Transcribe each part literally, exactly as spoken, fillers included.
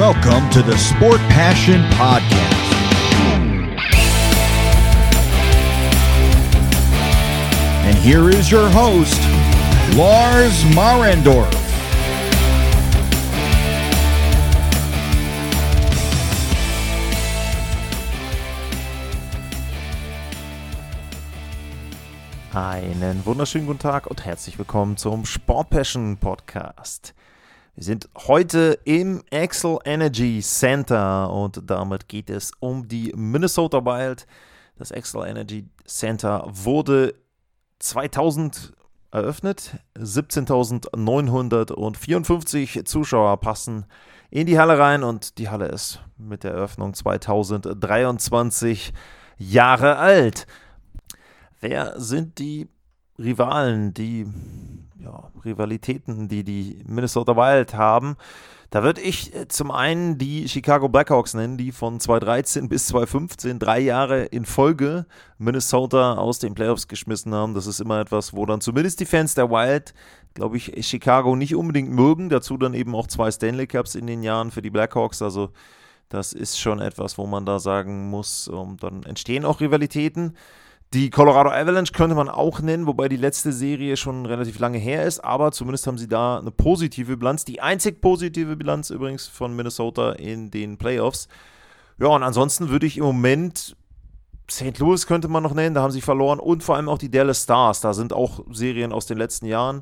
Welcome to the Sport Passion Podcast. And here is your host, Lars Marendorf. Einen wunderschönen guten Tag und herzlich willkommen zum Sport Passion Podcast. Wir sind heute im Xcel Energy Center und damit geht es um die Minnesota Wild. Das Xcel Energy Center wurde zweitausend eröffnet. siebzehntausendneunhundertvierundfünfzig Zuschauer passen in die Halle rein und die Halle ist mit der Eröffnung zweitausenddreiundzwanzig Jahre alt. Wer sind die Rivalen, die ja, Rivalitäten, die die Minnesota Wild haben? Da würde ich zum einen die Chicago Blackhawks nennen, die von zweitausenddreizehn bis zweitausendfünfzehn drei Jahre in Folge Minnesota aus den Playoffs geschmissen haben. Das ist immer etwas, wo dann zumindest die Fans der Wild, glaube ich, Chicago nicht unbedingt mögen. Dazu dann eben auch zwei Stanley Cups in den Jahren für die Blackhawks. Also das ist schon etwas, wo man da sagen muss, um, dann entstehen auch Rivalitäten. Die Colorado Avalanche könnte man auch nennen, wobei die letzte Serie schon relativ lange her ist, aber zumindest haben sie da eine positive Bilanz. Die einzig positive Bilanz übrigens von Minnesota in den Playoffs. Ja, und ansonsten würde ich im Moment Saint Louis könnte man noch nennen, da haben sie verloren und vor allem auch die Dallas Stars, da sind auch Serien aus den letzten Jahren.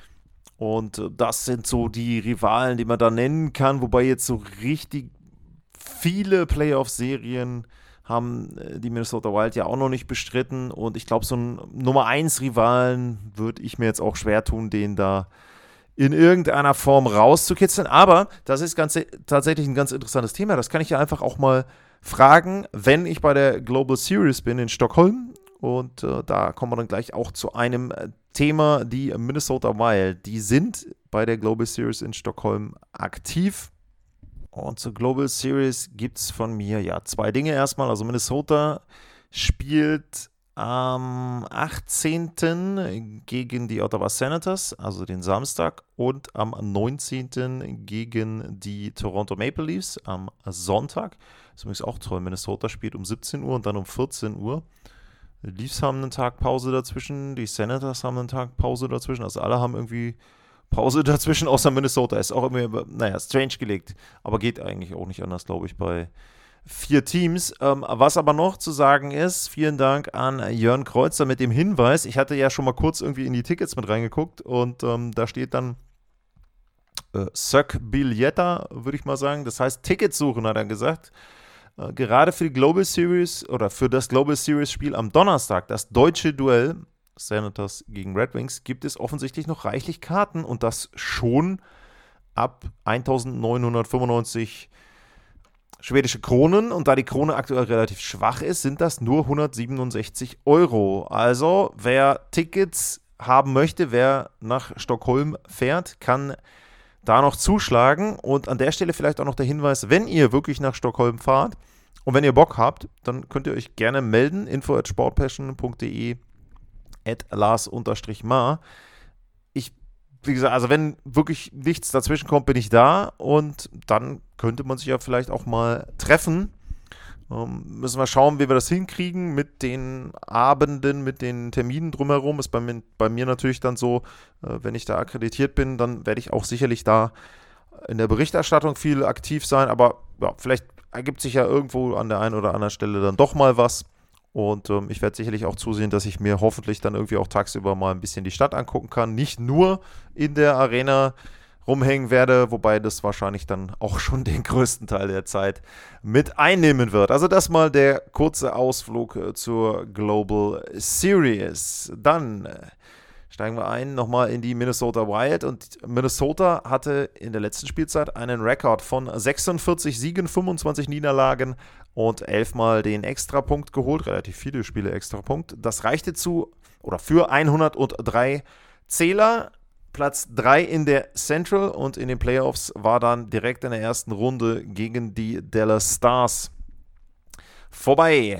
Und das sind so die Rivalen, die man da nennen kann, wobei jetzt so richtig viele Playoff-Serien haben die Minnesota Wild ja auch noch nicht bestritten und ich glaube, so einen Nummer eins Rivalen würde ich mir jetzt auch schwer tun, den da in irgendeiner Form rauszukitzeln, aber das ist ganz, tatsächlich ein ganz interessantes Thema, das kann ich ja einfach auch mal fragen, wenn ich bei der Global Series bin in Stockholm und äh, da kommen wir dann gleich auch zu einem Thema, die Minnesota Wild, die sind bei der Global Series in Stockholm aktiv. Und zur Global Series gibt es von mir ja zwei Dinge erstmal. Also Minnesota spielt am achtzehnten gegen die Ottawa Senators, also den Samstag, und am neunzehnten gegen die Toronto Maple Leafs am Sonntag. Das ist übrigens auch toll. Minnesota spielt um siebzehn Uhr und dann um vierzehn Uhr. Die Leafs haben einen Tag Pause dazwischen, die Senators haben einen Tag Pause dazwischen. Also alle haben irgendwie Pause dazwischen, außer Minnesota. Ist auch irgendwie, naja, strange gelegt. Aber geht eigentlich auch nicht anders, glaube ich, bei vier Teams. Ähm, was aber noch zu sagen ist, vielen Dank an Jörn Kreuzer mit dem Hinweis. Ich hatte ja schon mal kurz irgendwie in die Tickets mit reingeguckt und ähm, da steht dann äh, Söck Biljetta, würde ich mal sagen. Das heißt, Tickets suchen, hat er gesagt. Äh, gerade für die Global Series oder für das Global Series Spiel am Donnerstag, das deutsche Duell Senators gegen Red Wings, gibt es offensichtlich noch reichlich Karten und das schon ab eintausendneunhundertfünfundneunzig schwedische Kronen und da die Krone aktuell relativ schwach ist, sind das nur hundertsiebenundsechzig Euro. Also wer Tickets haben möchte, wer nach Stockholm fährt, kann da noch zuschlagen und an der Stelle vielleicht auch noch der Hinweis, wenn ihr wirklich nach Stockholm fahrt und wenn ihr Bock habt, dann könnt ihr euch gerne melden, info at sportpassion punkt de at Lars-Mar. Ich, wie gesagt, also wenn wirklich nichts dazwischen kommt, bin ich da und dann könnte man sich ja vielleicht auch mal treffen. Ähm, müssen wir schauen, wie wir das hinkriegen mit den Abenden, mit den Terminen drumherum. Ist bei mir, bei mir natürlich dann so, äh, wenn ich da akkreditiert bin, dann werde ich auch sicherlich da in der Berichterstattung viel aktiv sein, aber ja, vielleicht ergibt sich ja irgendwo an der einen oder anderen Stelle dann doch mal was. Und ähm, ich werde sicherlich auch zusehen, dass ich mir hoffentlich dann irgendwie auch tagsüber mal ein bisschen die Stadt angucken kann. Nicht nur in der Arena rumhängen werde, wobei das wahrscheinlich dann auch schon den größten Teil der Zeit mit einnehmen wird. Also das mal der kurze Ausflug äh, zur Global Series. Dann äh, steigen wir ein nochmal in die Minnesota Wild und Minnesota hatte in der letzten Spielzeit einen Rekord von sechsundvierzig Siegen, fünfundzwanzig Niederlagen und elfmal den Extrapunkt geholt, relativ viele Spiele Extrapunkt. Das reichte zu oder für hundertdrei Zähler, Platz drei in der Central und in den Playoffs war dann direkt in der ersten Runde gegen die Dallas Stars vorbei.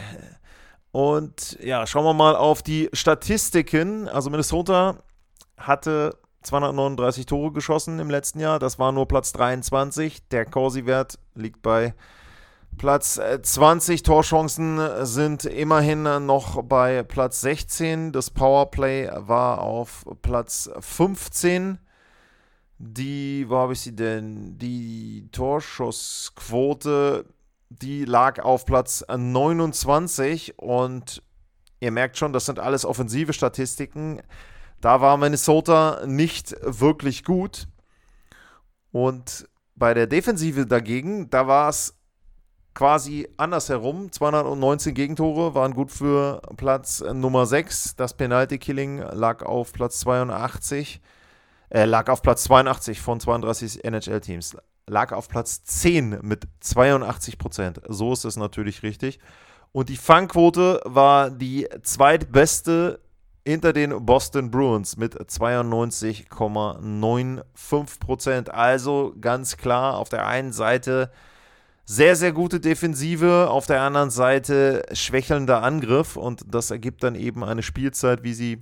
Und ja, schauen wir mal auf die Statistiken. Also Minnesota hatte zweihundertneununddreißig Tore geschossen im letzten Jahr. Das war nur Platz dreiundzwanzig. Der Corsi-Wert liegt bei Platz zwanzig. Torchancen sind immerhin noch bei Platz sechzehn. Das Powerplay war auf Platz fünfzehn. Die, wo habe ich sie denn? Die Torschussquote, die lag auf Platz neunundzwanzig und ihr merkt schon, das sind alles offensive Statistiken. Da war Minnesota nicht wirklich gut. Und bei der Defensive dagegen, da war es quasi andersherum. zweihundertneunzehn Gegentore waren gut für Platz Nummer sechs. Das Penalty-Killing lag auf Platz zweiundachtzig. Äh, lag auf Platz zweiundachtzig von zweiunddreißig N H L-Teams. Lag auf Platz zehn mit zweiundachtzig Prozent. So ist es natürlich richtig. Und die Fangquote war die zweitbeste hinter den Boston Bruins mit zweiundneunzig Komma fünfundneunzig Prozent. Also ganz klar auf der einen Seite sehr, sehr gute Defensive, auf der anderen Seite schwächelnder Angriff. Und das ergibt dann eben eine Spielzeit, wie sie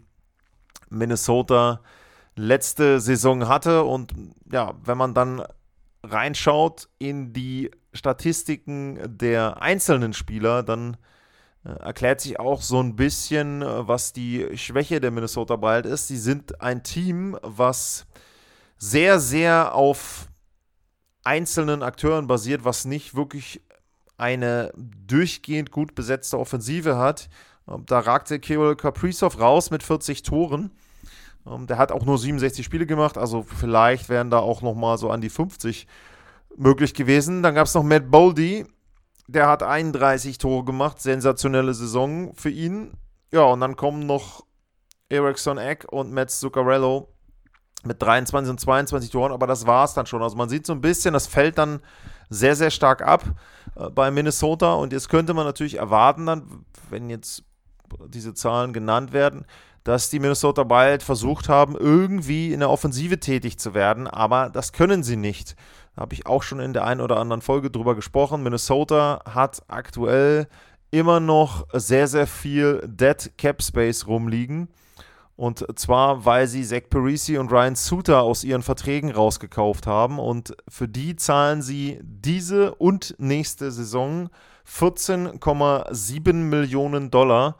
Minnesota letzte Saison hatte. Und ja, wenn man dann reinschaut in die Statistiken der einzelnen Spieler, dann äh, erklärt sich auch so ein bisschen, äh, was die Schwäche der Minnesota Wild ist. Sie sind ein Team, was sehr, sehr auf einzelnen Akteuren basiert, was nicht wirklich eine durchgehend gut besetzte Offensive hat. Äh, da ragte Kirill Kaprizov raus mit vierzig Toren. Ähm, der hat auch nur siebenundsechzig Spiele gemacht, also vielleicht wären da auch nochmal so an die fünfzig möglich gewesen. Dann gab es noch Matt Boldy, der hat einunddreißig Tore gemacht, sensationelle Saison für ihn. Ja, und dann kommen noch Eriksson Ek und Matt Zuccarello mit dreiundzwanzig und zweiundzwanzig Toren, aber das war es dann schon. Also man sieht so ein bisschen, das fällt dann sehr, sehr stark ab äh, bei Minnesota und jetzt könnte man natürlich erwarten, dann, wenn jetzt diese Zahlen genannt werden, dass die Minnesota Wild versucht haben, irgendwie in der Offensive tätig zu werden, aber das können sie nicht. Da habe ich auch schon in der einen oder anderen Folge drüber gesprochen. Minnesota hat aktuell immer noch sehr, sehr viel Dead Cap Space rumliegen. Und zwar, weil sie Zach Parise und Ryan Suter aus ihren Verträgen rausgekauft haben. Und für die zahlen sie diese und nächste Saison vierzehn Komma sieben Millionen Dollar.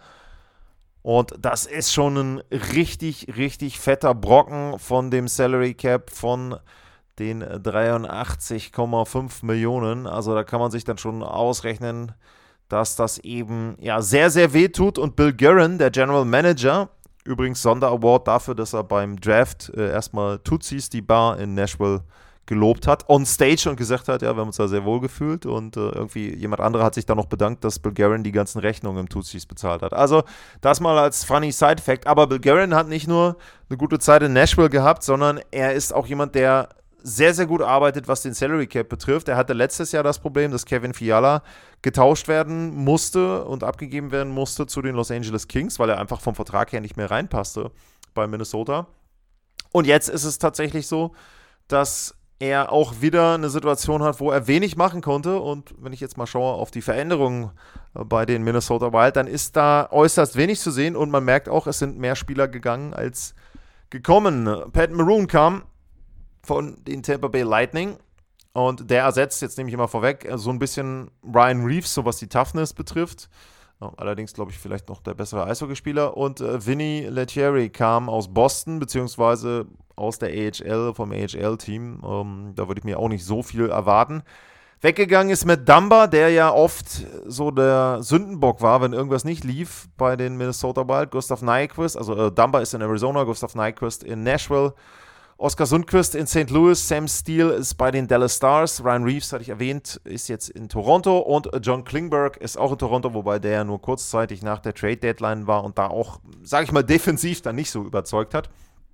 Und das ist schon ein richtig, richtig fetter Brocken von dem Salary Cap von den dreiundachtzig Komma fünf Millionen. Also da kann man sich dann schon ausrechnen, dass das eben ja sehr, sehr weh tut. Und Bill Guerin, der General Manager, übrigens Sonderaward dafür, dass er beim Draft äh, erstmal Tootsies, die Bar in Nashville, gelobt hat, on stage und gesagt hat, ja, wir haben uns da sehr wohl gefühlt und äh, irgendwie jemand anderer hat sich dann noch bedankt, dass Bill Guerin die ganzen Rechnungen im Tootsies bezahlt hat. Also das mal als funny Side-Fact. Aber Bill Guerin hat nicht nur eine gute Zeit in Nashville gehabt, sondern er ist auch jemand, der sehr, sehr gut arbeitet, was den Salary Cap betrifft. Er hatte letztes Jahr das Problem, dass Kevin Fiala getauscht werden musste und abgegeben werden musste zu den Los Angeles Kings, weil er einfach vom Vertrag her nicht mehr reinpasste bei Minnesota. Und jetzt ist es tatsächlich so, dass er auch wieder eine Situation hat, wo er wenig machen konnte. Und wenn ich jetzt mal schaue auf die Veränderungen bei den Minnesota Wild, dann ist da äußerst wenig zu sehen. Und man merkt auch, es sind mehr Spieler gegangen als gekommen. Pat Maroon kam von den Tampa Bay Lightning. Und der ersetzt, jetzt nehme ich immer vorweg, so ein bisschen Ryan Reeves, so was die Toughness betrifft. Allerdings, glaube ich, vielleicht noch der bessere Eishockeyspieler. Und äh, Vinny Lettieri kam aus Boston, beziehungsweise aus der A H L, vom A H L-Team. Ähm, da würde ich mir auch nicht so viel erwarten. Weggegangen ist Matt Dumba, der ja oft so der Sündenbock war, wenn irgendwas nicht lief bei den Minnesota Wild. Gustav Nyquist, also äh, Dumba ist in Arizona, Gustav Nyquist in Nashville. Oskar Sundqvist in Saint Louis, Sam Steele ist bei den Dallas Stars, Ryan Reeves, hatte ich erwähnt, ist jetzt in Toronto und John Klingberg ist auch in Toronto, wobei der ja nur kurzzeitig nach der Trade-Deadline war und da auch, sage ich mal, defensiv dann nicht so überzeugt hat.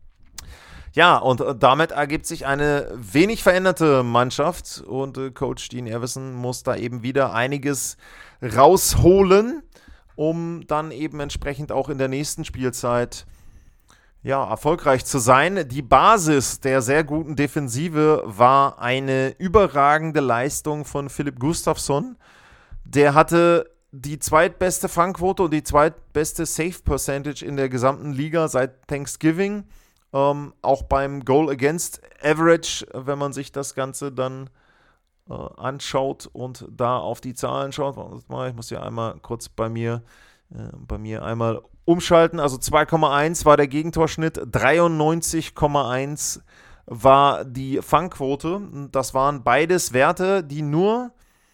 Ja, und damit ergibt sich eine wenig veränderte Mannschaft und äh, Coach Dean Evason muss da eben wieder einiges rausholen, um dann eben entsprechend auch in der nächsten Spielzeit ja, erfolgreich zu sein. Die Basis der sehr guten Defensive war eine überragende Leistung von Philipp Gustafsson. Der hatte die zweitbeste Fangquote und die zweitbeste Save Percentage in der gesamten Liga seit Thanksgiving. Ähm, auch beim Goal Against Average, wenn man sich das Ganze dann äh, anschaut und da auf die Zahlen schaut. Ich muss ja einmal kurz bei mir, äh, bei mir einmal umschalten. Also zwei Komma eins war der Gegentorschnitt, dreiundneunzig Komma eins war die Fangquote. Das waren beides Werte, die nur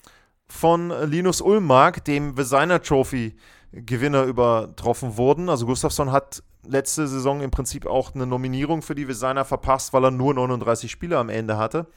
von Linus Ullmark, dem Vezina Trophy Gewinner, übertroffen wurden. Also Gustafsson hat letzte Saison im Prinzip auch eine Nominierung für die Vezina verpasst, weil er nur neununddreißig Spiele am Ende hatte.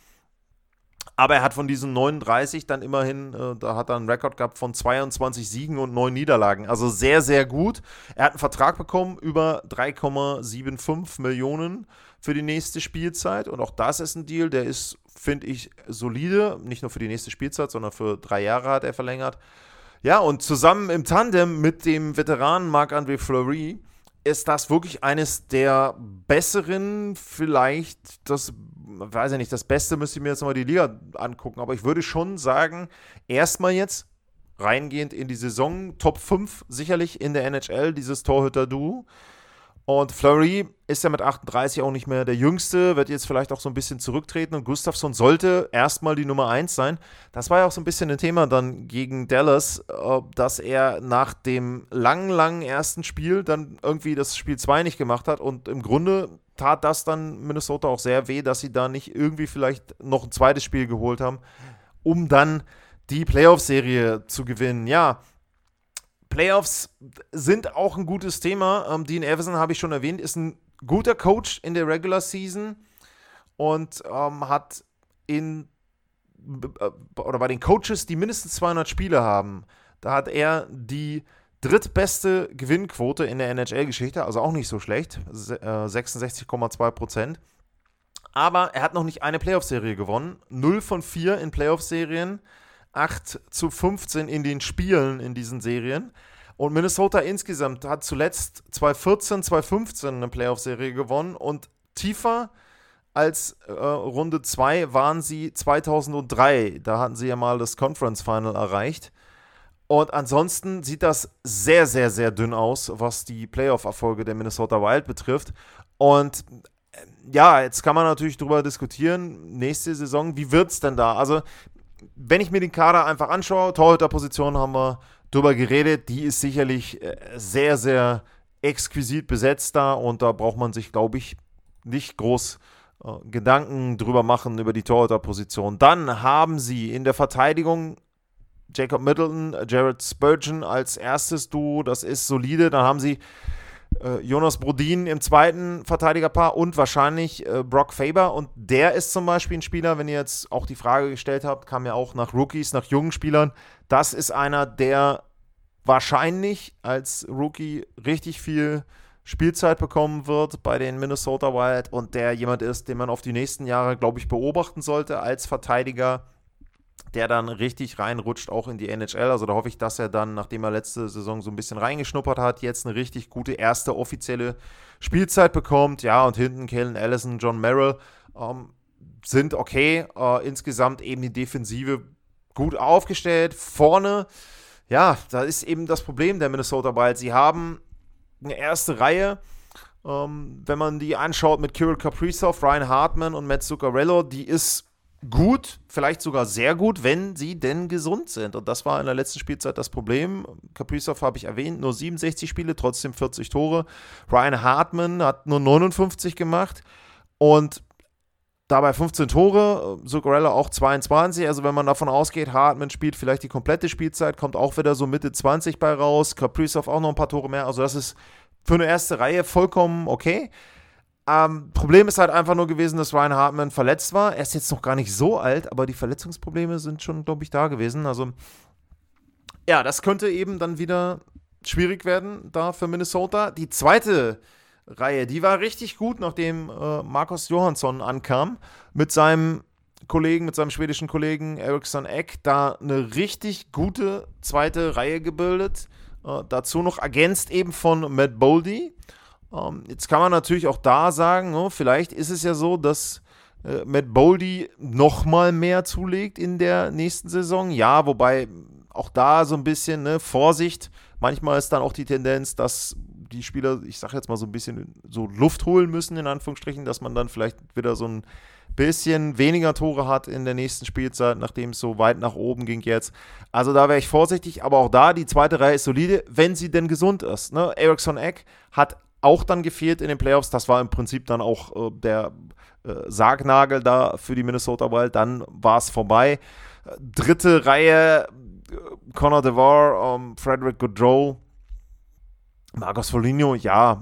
Aber er hat von diesen neununddreißig dann immerhin, äh, da hat er einen Rekord gehabt von zweiundzwanzig Siegen und neun Niederlagen. Also sehr, sehr gut. Er hat einen Vertrag bekommen über drei Komma fünfundsiebzig Millionen für die nächste Spielzeit. Und auch das ist ein Deal, der ist, finde ich, solide. Nicht nur für die nächste Spielzeit, sondern für drei Jahre hat er verlängert. Ja, und zusammen im Tandem mit dem Veteranen Marc-André Fleury ist das wirklich eines der besseren, vielleicht das, weiß ich nicht, das Beste müsste ich mir jetzt nochmal die Liga angucken, aber ich würde schon sagen, erstmal jetzt reingehend in die Saison, Top fünf sicherlich in der N H L, dieses Torhüter-Duo. Und Fleury ist ja mit achtunddreißig auch nicht mehr der Jüngste, wird jetzt vielleicht auch so ein bisschen zurücktreten und Gustafsson sollte erstmal die Nummer eins sein. Das war ja auch so ein bisschen ein Thema dann gegen Dallas, dass er nach dem langen, langen ersten Spiel dann irgendwie das Spiel zwei nicht gemacht hat und im Grunde tat das dann Minnesota auch sehr weh, dass sie da nicht irgendwie vielleicht noch ein zweites Spiel geholt haben, um dann die Playoff-Serie zu gewinnen. Ja, Playoffs sind auch ein gutes Thema. Ähm, Dean Evason, habe ich schon erwähnt, ist ein guter Coach in der Regular Season und ähm, hat in äh, oder bei den Coaches, die mindestens zweihundert Spiele haben, da hat er die drittbeste Gewinnquote in der N H L-Geschichte, also auch nicht so schlecht, sechsundsechzig Komma zwei Prozent. Aber er hat noch nicht eine Playoff-Serie gewonnen, null von vier in Playoff-Serien, acht zu fünfzehn in den Spielen in diesen Serien. Und Minnesota insgesamt hat zuletzt zwanzig vierzehn, zwanzig fünfzehn eine Playoff-Serie gewonnen und tiefer als äh, Runde zwei waren sie zweitausenddrei. Da hatten sie ja mal das Conference Final erreicht. Und ansonsten sieht das sehr, sehr, sehr dünn aus, was die Playoff-Erfolge der Minnesota Wild betrifft. Und äh, ja, jetzt kann man natürlich drüber diskutieren, nächste Saison, wie wird es denn da? Also wenn ich mir den Kader einfach anschaue, Torhüterposition haben wir drüber geredet, die ist sicherlich sehr, sehr exquisit besetzt da und da braucht man sich, glaube ich, nicht groß äh, Gedanken drüber machen über die Torhüterposition. Dann haben sie in der Verteidigung Jacob Middleton, Jared Spurgeon als erstes Duo, das ist solide. Dann haben sie äh, Jonas Brodin im zweiten Verteidigerpaar und wahrscheinlich äh, Brock Faber. Und der ist zum Beispiel ein Spieler, wenn ihr jetzt auch die Frage gestellt habt, kam ja auch nach Rookies, nach jungen Spielern. Das ist einer, der wahrscheinlich als Rookie richtig viel Spielzeit bekommen wird bei den Minnesota Wild und der jemand ist, den man auf die nächsten Jahre, glaube ich, beobachten sollte als Verteidiger, der dann richtig reinrutscht, auch in die N H L. Also da hoffe ich, dass er dann, nachdem er letzte Saison so ein bisschen reingeschnuppert hat, jetzt eine richtig gute erste offizielle Spielzeit bekommt. Ja, und hinten Kalen Allison, John Merrill ähm, sind okay. Äh, insgesamt eben die Defensive gut aufgestellt. Vorne, ja, da ist eben das Problem der Minnesota Wild. Sie haben eine erste Reihe, ähm, wenn man die anschaut mit Kirill Kaprizov, Ryan Hartman und Matt Zuccarello, die ist gut, vielleicht sogar sehr gut, wenn sie denn gesund sind. Und das war in der letzten Spielzeit das Problem. Kaprizov habe ich erwähnt, nur siebenundsechzig Spiele, trotzdem vierzig Tore. Ryan Hartman hat nur neunundfünfzig gemacht und dabei fünfzehn Tore, Zuccarello auch zweiundzwanzig. Also wenn man davon ausgeht, Hartman spielt vielleicht die komplette Spielzeit, kommt auch wieder so Mitte zwanzig bei raus. Kaprizov auch noch ein paar Tore mehr. Also das ist für eine erste Reihe vollkommen okay. Ähm, Problem ist halt einfach nur gewesen, dass Ryan Hartman verletzt war. Er ist jetzt noch gar nicht so alt, aber die Verletzungsprobleme sind schon, glaube ich, da gewesen. Also, ja, das könnte eben dann wieder schwierig werden da für Minnesota. Die zweite Reihe, die war richtig gut, nachdem äh, Marcus Johansson ankam mit seinem Kollegen, mit seinem schwedischen Kollegen Eriksson Ek, da eine richtig gute zweite Reihe gebildet. Äh, dazu noch ergänzt eben von Matt Boldy. Um, jetzt kann man natürlich auch da sagen, oh, vielleicht ist es ja so, dass äh, Matt Boldy noch mal mehr zulegt in der nächsten Saison. Ja, wobei auch da so ein bisschen ne, Vorsicht. Manchmal ist dann auch die Tendenz, dass die Spieler, ich sage jetzt mal so ein bisschen so Luft holen müssen, in Anführungsstrichen, dass man dann vielleicht wieder so ein bisschen weniger Tore hat in der nächsten Spielzeit, nachdem es so weit nach oben ging jetzt. Also da wäre ich vorsichtig, aber auch da, die zweite Reihe ist solide, wenn sie denn gesund ist. Ne? Eriksson Ek hat auch dann gefehlt in den Playoffs, das war im Prinzip dann auch äh, der äh, Sargnagel da für die Minnesota Wild, dann war es vorbei. Dritte Reihe, Connor DeVar, um, Frederick Gaudreau, Marcus Foligno, ja,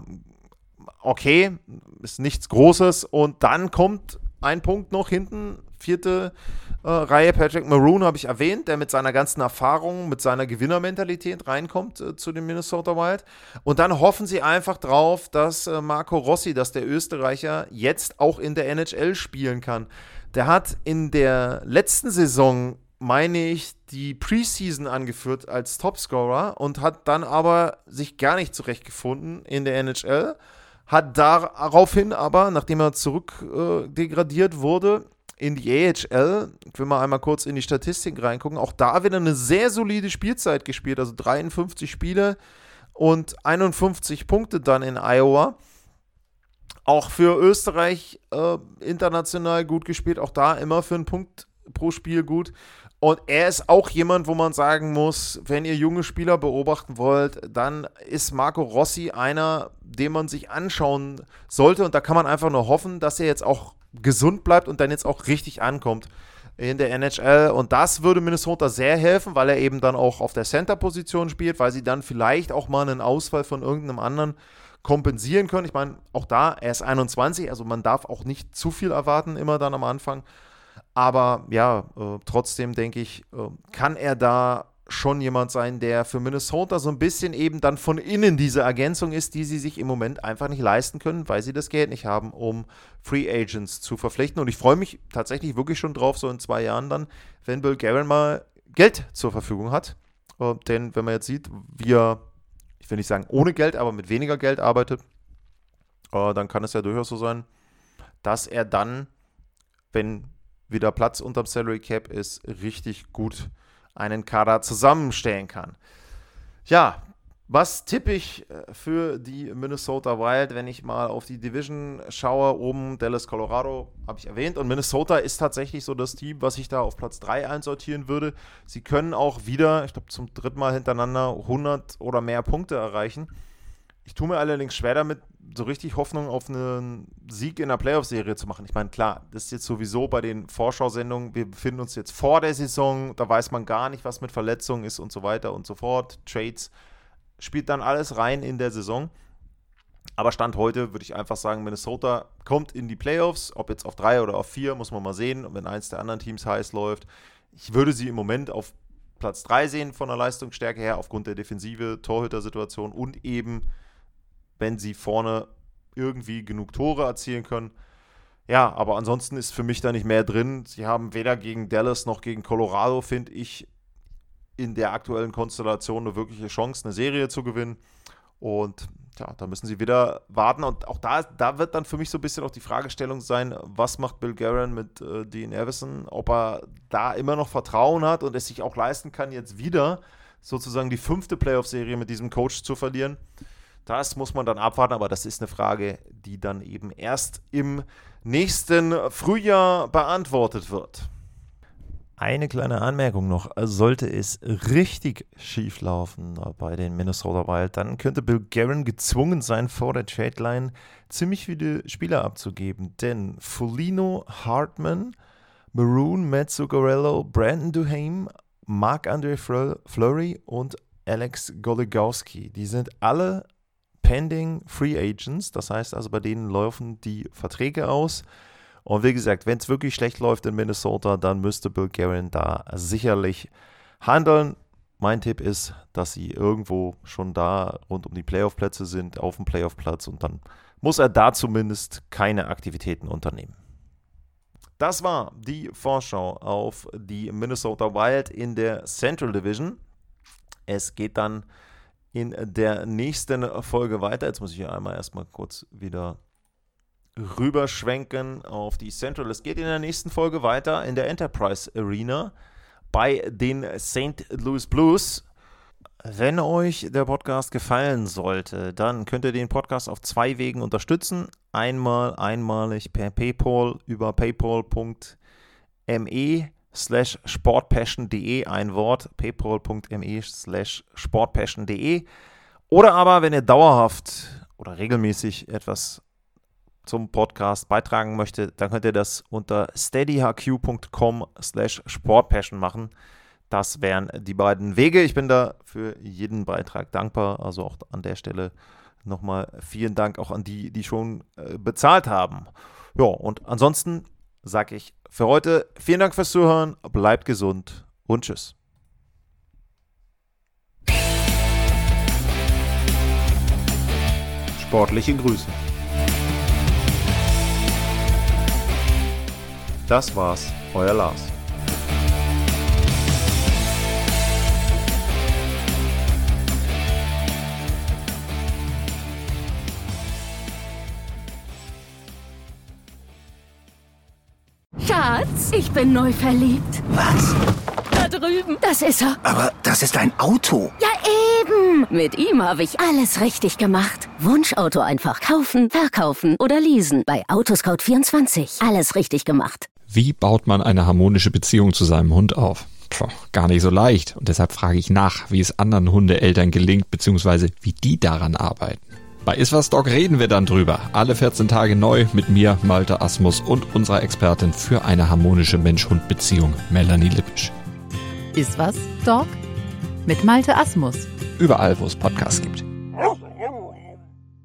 okay, ist nichts Großes. Und dann kommt ein Punkt noch hinten, vierte äh, Reihe, Patrick Maroon habe ich erwähnt, der mit seiner ganzen Erfahrung, mit seiner Gewinnermentalität reinkommt äh, zu den Minnesota Wild. Und dann hoffen sie einfach drauf, dass äh, Marco Rossi, dass der Österreicher jetzt auch in der N H L spielen kann. Der hat in der letzten Saison, meine ich, die Preseason angeführt als Topscorer und hat dann aber sich gar nicht zurechtgefunden in der N H L. Hat daraufhin aber, nachdem er zurückdegradiert äh, wurde, in die A H L, ich will mal einmal kurz in die Statistik reingucken, auch da wieder eine sehr solide Spielzeit gespielt, also dreiundfünfzig Spiele und einundfünfzig Punkte dann in Iowa. Auch für Österreich äh, international gut gespielt, auch da immer für einen Punkt pro Spiel gut. Und er ist auch jemand, wo man sagen muss, wenn ihr junge Spieler beobachten wollt, dann ist Marco Rossi einer, den man sich anschauen sollte. Und da kann man einfach nur hoffen, dass er jetzt auch gesund bleibt und dann jetzt auch richtig ankommt in der N H L. Und das würde Minnesota sehr helfen, weil er eben dann auch auf der Center-Position spielt, weil sie dann vielleicht auch mal einen Ausfall von irgendeinem anderen kompensieren können. Ich meine, auch da, er ist einundzwanzig, also man darf auch nicht zu viel erwarten, immer dann am Anfang. Aber ja, äh, trotzdem denke ich, äh, kann er da schon jemand sein, der für Minnesota so ein bisschen eben dann von innen diese Ergänzung ist, die sie sich im Moment einfach nicht leisten können, weil sie das Geld nicht haben, um Free Agents zu verpflichten. Und ich freue mich tatsächlich wirklich schon drauf, so in zwei Jahren dann, wenn Bill Guerin mal Geld zur Verfügung hat. Äh, denn wenn man jetzt sieht, wie er, ich will nicht sagen ohne Geld, aber mit weniger Geld arbeitet, äh, dann kann es ja durchaus so sein, dass er dann, wenn wieder Platz unterm Salary Cap ist, richtig gut einen Kader zusammenstellen kann. Ja, was tippe ich für die Minnesota Wild, wenn ich mal auf die Division schaue? Oben Dallas, Colorado, habe ich erwähnt. Und Minnesota ist tatsächlich so das Team, was ich da auf Platz drei einsortieren würde. Sie können auch wieder, ich glaube zum dritten Mal hintereinander, hundert oder mehr Punkte erreichen. Ich tue mir allerdings schwer damit, so richtig Hoffnung auf einen Sieg in der Playoff-Serie zu machen. Ich meine, klar, das ist jetzt sowieso bei den Vorschau-Sendungen, wir befinden uns jetzt vor der Saison, da weiß man gar nicht, was mit Verletzungen ist und so weiter und so fort. Trades spielt dann alles rein in der Saison. Aber Stand heute würde ich einfach sagen, Minnesota kommt in die Playoffs, ob jetzt auf drei oder auf vier, muss man mal sehen, und wenn eins der anderen Teams heiß läuft. Ich würde sie im Moment auf Platz drei sehen von der Leistungsstärke her, aufgrund der Defensive, Torhüter-Situation und eben wenn sie vorne irgendwie genug Tore erzielen können. Ja, aber ansonsten ist für mich da nicht mehr drin. Sie haben weder gegen Dallas noch gegen Colorado, finde ich, in der aktuellen Konstellation eine wirkliche Chance, eine Serie zu gewinnen. Und ja, da müssen sie wieder warten. Und auch da, da wird dann für mich so ein bisschen auch die Fragestellung sein, was macht Bill Guerin mit äh, Dean Evason? Ob er da immer noch Vertrauen hat und es sich auch leisten kann, jetzt wieder sozusagen die fünfte Playoff-Serie mit diesem Coach zu verlieren. Das muss man dann abwarten, aber das ist eine Frage, die dann eben erst im nächsten Frühjahr beantwortet wird. Eine kleine Anmerkung noch. Sollte es richtig schief laufen bei den Minnesota Wild, dann könnte Bill Guerin gezwungen sein, vor der Trade-Line ziemlich viele Spieler abzugeben. Denn Foligno, Hartman, Maroon, Matt Zuccarello, Brandon Duhaime, Marc-André Fleury und Alex Goligoski, die sind alle pending Free Agents, das heißt also, bei denen laufen die Verträge aus. Und wie gesagt, wenn es wirklich schlecht läuft in Minnesota, dann müsste Bill Guerin da sicherlich handeln. Mein Tipp ist, dass sie irgendwo schon da rund um die Playoff-Plätze sind, auf dem Playoff-Platz, und dann muss er da zumindest keine Aktivitäten unternehmen. Das war die Vorschau auf die Minnesota Wild in der Central Division. Es geht dann in der nächsten Folge weiter. Jetzt muss ich hier einmal erstmal kurz wieder rüberschwenken auf die Central. Es geht in der nächsten Folge weiter in der Enterprise Arena bei den Saint Louis Blues. Wenn euch der Podcast gefallen sollte, dann könnt ihr den Podcast auf zwei Wegen unterstützen. Einmal einmalig per PayPal über paypal.me slash sportpassion.de, ein Wort, paypal.me slash sportpassion.de. Oder aber, wenn ihr dauerhaft oder regelmäßig etwas zum Podcast beitragen möchtet, dann könnt ihr das unter steadyhq.com slash sportpassion machen. Das wären die beiden Wege. Ich bin da für jeden Beitrag dankbar. Also auch an der Stelle nochmal vielen Dank auch an die, die schon äh, bezahlt haben. Ja, und ansonsten sage ich für heute vielen Dank fürs Zuhören. Bleibt gesund und tschüss. Sportliche Grüße. Das war's, euer Lars. Schatz, ich bin neu verliebt. Was? Da drüben. Das ist er. Aber das ist ein Auto. Ja, eben. Mit ihm habe ich alles richtig gemacht. Wunschauto einfach kaufen, verkaufen oder leasen. Bei Autoscout vierundzwanzig. Alles richtig gemacht. Wie baut man eine harmonische Beziehung zu seinem Hund auf? Puh, gar nicht so leicht. Und deshalb frage ich nach, wie es anderen Hundeeltern gelingt, beziehungsweise wie die daran arbeiten. Bei Iswas Dog reden wir dann drüber. Alle vierzehn Tage neu mit mir, Malte Asmus und unserer Expertin für eine harmonische Mensch-Hund-Beziehung, Melanie Lippisch. Iswas Dog mit Malte Asmus. Überall, wo es Podcasts gibt.